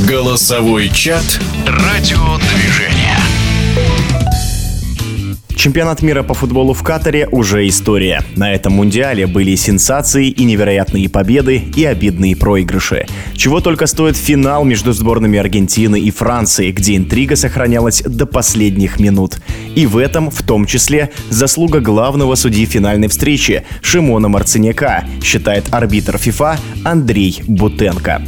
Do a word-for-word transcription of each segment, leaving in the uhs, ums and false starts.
Голосовой чат радиодвижения. Чемпионат мира по футболу в Катаре уже история. На этом мундиале были сенсации и невероятные победы, и обидные проигрыши. Чего только стоит финал между сборными Аргентины и Франции, где интрига сохранялась до последних минут. И в этом, в том числе, заслуга главного судьи финальной встречи Шимона Марциняка, считает арбитр ФИФА Андрей Бутенко.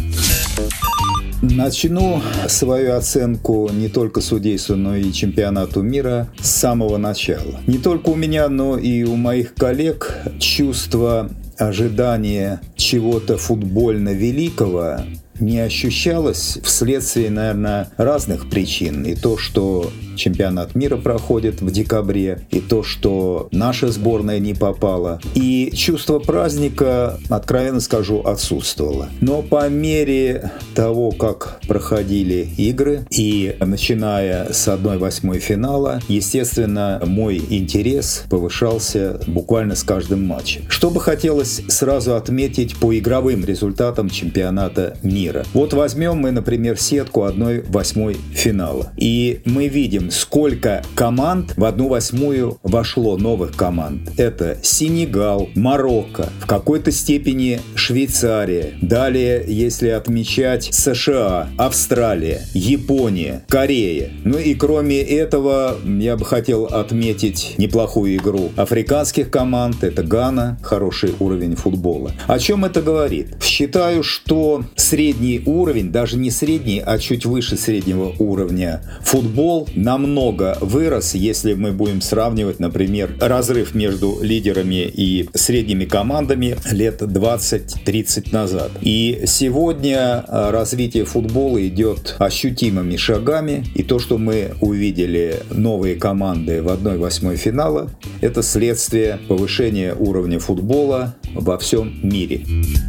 Начну свою оценку не только судейству, но и чемпионату мира с самого начала. Не только у меня, но и у моих коллег чувство ожидания чего-то футбольно великого не ощущалось вследствие, наверное, разных причин. И то, что чемпионат мира проходит в декабре, и то, что наша сборная не попала. И чувство праздника, откровенно скажу, отсутствовало. Но по мере того, как проходили игры, и начиная с одной восьмой финала, естественно, мой интерес повышался буквально с каждым матчем. Что бы хотелось сразу отметить по игровым результатам чемпионата мира. Вот возьмем мы, например, сетку одной восьмой финала. И мы видим, сколько команд в одну восьмую вошло, новых команд. Это Сенегал, Марокко, в какой-то степени Швейцария. Далее, если отмечать, США, Австралия, Япония, Корея. Ну и кроме этого, я бы хотел отметить неплохую игру африканских команд. Это Гана, хороший уровень футбола. О чем это говорит? Считаю, что средний уровень, даже не средний, а чуть выше среднего уровня футбол намного вырос, если мы будем сравнивать, например, разрыв между лидерами и средними командами лет двадцать-тридцать назад. И сегодня развитие футбола идет ощутимыми шагами, и то, что мы увидели новые команды в одной восьмой финала, это следствие повышения уровня футбола во всем мире.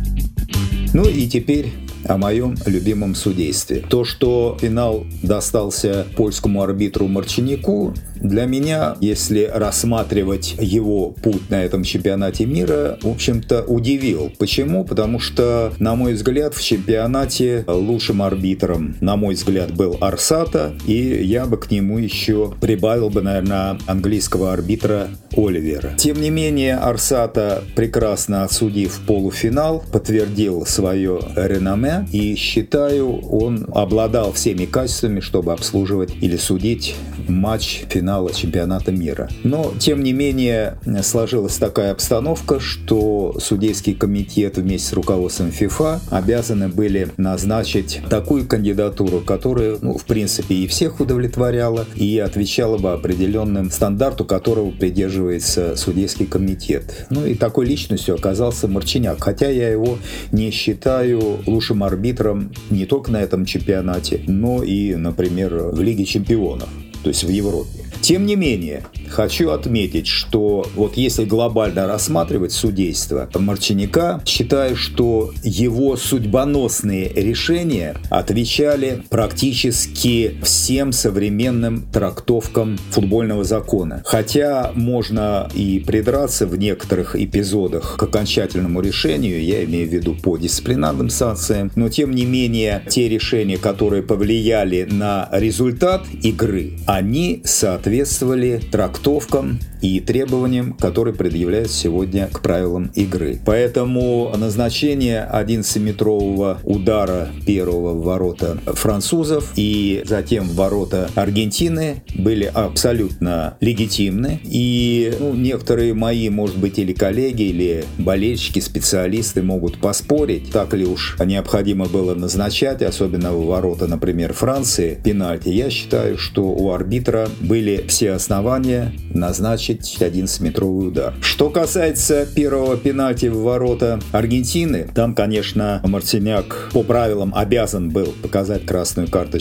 Ну и теперь о моем любимом судействе. То, что финал достался польскому арбитру Марциняку, для меня, если рассматривать его путь на этом чемпионате мира, в общем-то, удивил. Почему? Потому что, на мой взгляд, в чемпионате лучшим арбитром, на мой взгляд, был Арсата, и я бы к нему еще прибавил бы, наверное, английского арбитра Оливера. Тем не менее, Арсата, прекрасно отсудив полуфинал, подтвердил свое реноме, и, считаю, он обладал всеми качествами, чтобы обслуживать или судить матч финала чемпионата мира. Но, тем не менее, сложилась такая обстановка, что судейский комитет вместе с руководством ФИФА обязаны были назначить такую кандидатуру, которая, ну, в принципе, и всех удовлетворяла, и отвечала бы определенным стандарту, которого придерживается судейский комитет. Ну и такой личностью оказался Марциняк, хотя я его не считаю лучшим арбитром не только на этом чемпионате, но и, например, в Лиге чемпионов, то есть в Европе. Тем не менее, хочу отметить, что вот если глобально рассматривать судейство Марциняка, считаю, что его судьбоносные решения отвечали практически всем современным трактовкам футбольного закона. Хотя можно и придраться в некоторых эпизодах к окончательному решению, я имею в виду по дисциплинарным санкциям, но тем не менее те решения, которые повлияли на результат игры, они соответствовали соответствовали трактовкам и требованиям, которые предъявляются сегодня к правилам игры. Поэтому назначение одиннадцатиметрового удара первого в ворота французов и затем в ворота Аргентины были абсолютно легитимны. И ну, некоторые мои, может быть, или коллеги, или болельщики, специалисты могут поспорить, так ли уж необходимо было назначать, особенно в ворота, например, Франции, пенальти. Я считаю, что у арбитра были все основания назначить одиннадцатиметровый удар. Что касается первого пенальти в ворота Аргентины, там, конечно, Марциняк по правилам обязан был показать красную карточку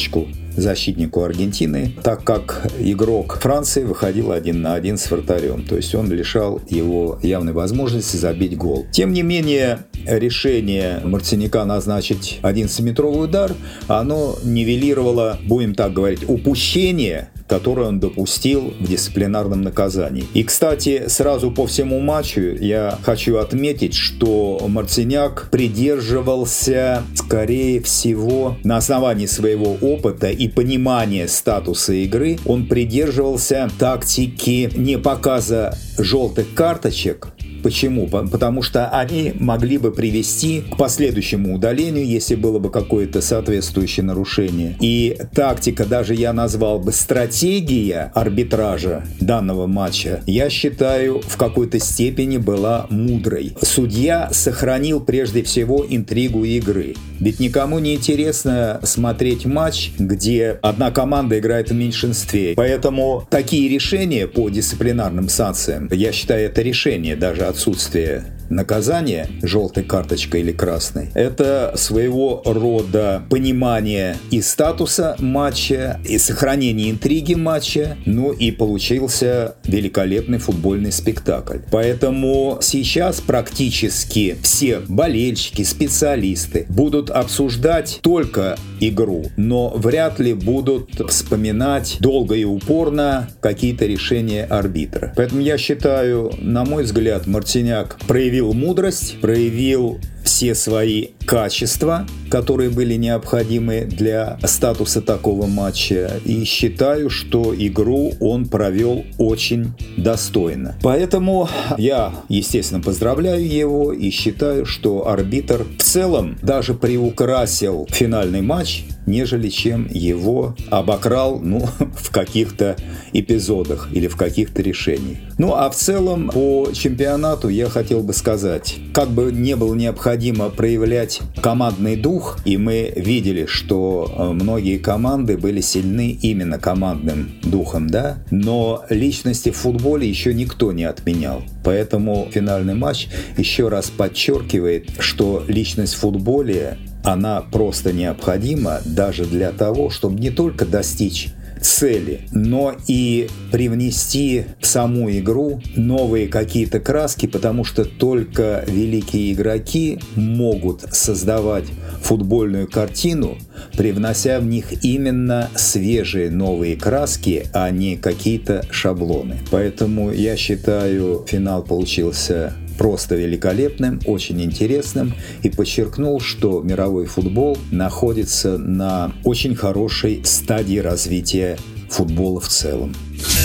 защитнику Аргентины, так как игрок Франции выходил один на один с вратарем. То есть он лишал его явной возможности забить гол. Тем не менее, решение Марциняка назначить одиннадцатиметровый удар, оно нивелировало, будем так говорить, упущение, которое он допустил в дисциплинарном наказании. И, кстати, сразу по всему матчу я хочу отметить, что Марциняк придерживался, скорее всего, на основании своего опыта и понимания статуса игры, он придерживался тактики не показа желтых карточек. Почему? Потому что они могли бы привести к последующему удалению, если было бы какое-то соответствующее нарушение. И тактика, даже я назвал бы стратегия арбитража данного матча, я считаю, в какой-то степени была мудрой. Судья сохранил прежде всего интригу игры. Ведь никому не интересно смотреть матч, где одна команда играет в меньшинстве. Поэтому такие решения по дисциплинарным санкциям, я считаю, это решение даже отсутствие наказания желтой карточкой или красной, это своего рода понимание и статуса матча, и сохранение интриги матча, ну и получился великолепный футбольный спектакль. Поэтому сейчас практически все болельщики, специалисты будут обсуждать только игру, но вряд ли будут вспоминать долго и упорно какие-то решения арбитра. Поэтому я считаю, на мой взгляд, Марциняк проявил мудрость, проявил все свои качества, которые были необходимы для статуса такого матча, и считаю, что игру он провел очень достойно. Поэтому я, естественно, поздравляю его и считаю, что арбитр в целом даже приукрасил финальный матч, нежели чем его обокрал, ну, в каких-то эпизодах или в каких-то решениях. Ну, а в целом по чемпионату я хотел бы сказать, как бы не было необходимо проявлять командный дух, и мы видели, что многие команды были сильны именно командным духом, да, но личности в футболе еще никто не отменял. Поэтому финальный матч еще раз подчеркивает, что личность в футболе, она просто необходима даже для того, чтобы не только достичь цели, но и привнести в саму игру новые какие-то краски, потому что только великие игроки могут создавать футбольную картину, привнося в них именно свежие новые краски, а не какие-то шаблоны. Поэтому я считаю, финал получился просто великолепным, очень интересным, и подчеркнул, что мировой футбол находится на очень хорошей стадии развития футбола в целом.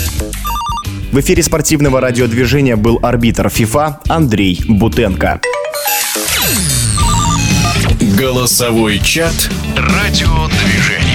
В эфире спортивного радиодвижения был арбитр ФИФА Андрей Бутенко. Голосовой чат «Радиодвижение».